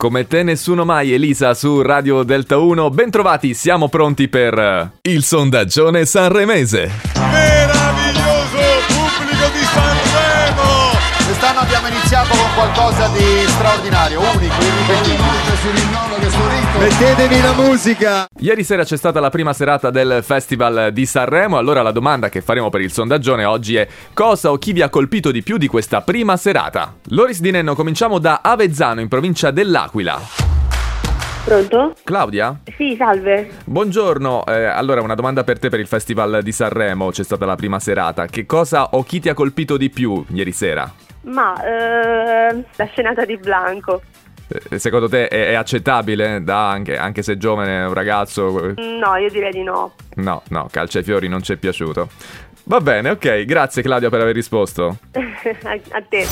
Come te nessuno mai, Elisa su Radio Delta 1. Bentrovati, siamo pronti per il sondaggione sanremese. Meraviglioso pubblico di Sanremo! Quest'anno abbiamo iniziato con qualcosa di straordinario, unico, irripetibile. Mettetevi la musica! Ieri sera c'è stata la prima serata del Festival di Sanremo, allora la domanda che faremo per il sondaggione oggi è: cosa o chi vi ha colpito di più di questa prima serata? Loris Di Nenno, cominciamo da Avezzano in provincia dell'Aquila. Pronto? Claudia? Sì, salve. Buongiorno, allora una domanda per te per il Festival di Sanremo, c'è stata la prima serata. Che cosa o chi ti ha colpito di più ieri sera? Ma la scenata di Blanco. Secondo te è accettabile, anche se giovane, un ragazzo? No, io direi di no. No, calcia ai fiori non ci è piaciuto. Va bene, ok, grazie Claudia per aver risposto. a te.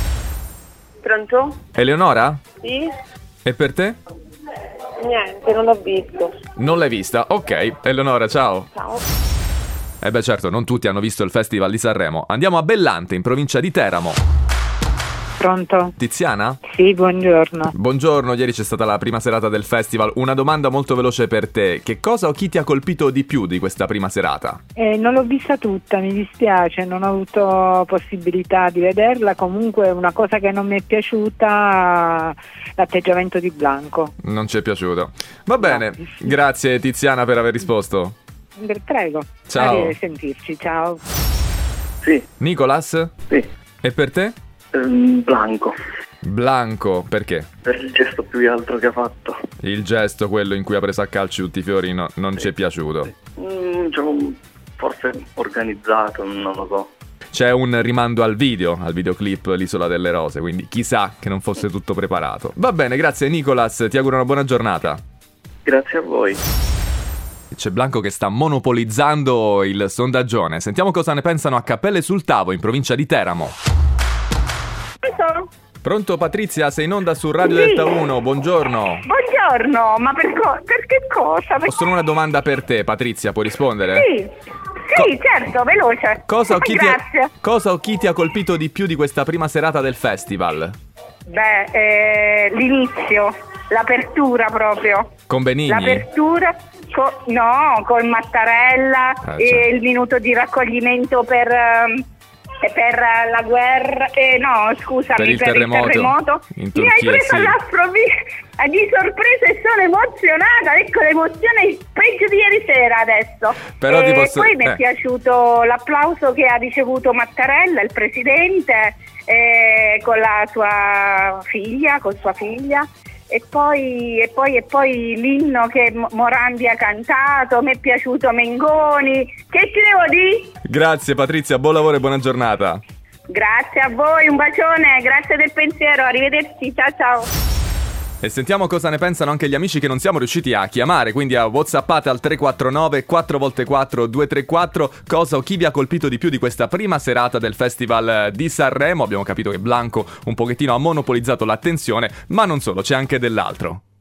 Pronto? Eleonora? Sì? E per te? Niente, non l'ho visto. Non l'hai vista? Ok, Eleonora, ciao. Ciao. Certo, non tutti hanno visto il Festival di Sanremo. Andiamo a Bellante, in provincia di Teramo. Pronto? Tiziana? Sì, buongiorno. Buongiorno, ieri c'è stata la prima serata del festival. Una domanda molto veloce per te. Che cosa o chi ti ha colpito di più di questa prima serata? Non l'ho vista tutta, mi dispiace, non ho avuto possibilità di vederla. Comunque una cosa che non mi è piaciuta, l'atteggiamento di Blanco. Non ci è piaciuto. Va bene, grazie Tiziana per aver risposto. Prego. Ciao. A sentirci, ciao. Sì, Nicolas? sì. E per te? Blanco, Blanco, perché? per il gesto più che altro che ha fatto. Il gesto, quello in cui ha preso a calci tutti i fiori, non ci è piaciuto. Forse organizzato, non lo so. C'è un rimando al videoclip L'Isola delle Rose, quindi chissà che non fosse tutto preparato. Va bene, grazie Nicolas, ti auguro una buona giornata. Grazie a voi. C'è Blanco che sta monopolizzando il sondaggione. Sentiamo cosa ne pensano a Cappelle sul Tavo, in provincia di Teramo. Pronto Patrizia, sei in onda su Radio Delta 1, buongiorno. Buongiorno, ma per che cosa? Ho solo una domanda per te, Patrizia, puoi rispondere? Sì, certo, veloce. Cosa Grazie. o chi ti ha colpito di più di questa prima serata del festival? L'inizio, l'apertura proprio. Con Benigni? L'apertura, con Mattarella e certo. il minuto di raccoglimento per la guerra, per il terremoto in Mi hai Turchia, preso sì. di sorpresa e sono emozionata. Ecco l'emozione peggio di ieri sera adesso. Però ti posso... Poi mi è piaciuto l'applauso che ha ricevuto Mattarella, il presidente, con la sua figlia, e poi l'inno che Morandi ha cantato. Mi è piaciuto Mengoni. Che ci devo dire? Grazie Patrizia, buon lavoro e buona giornata. Grazie a voi, un bacione, grazie del pensiero, arrivederci, ciao. E sentiamo cosa ne pensano anche gli amici che non siamo riusciti a chiamare, quindi a whatsappate al 349 4x4 234 cosa o chi vi ha colpito di più di questa prima serata del Festival di Sanremo. Abbiamo capito che Blanco un pochettino ha monopolizzato l'attenzione, ma non solo, c'è anche dell'altro.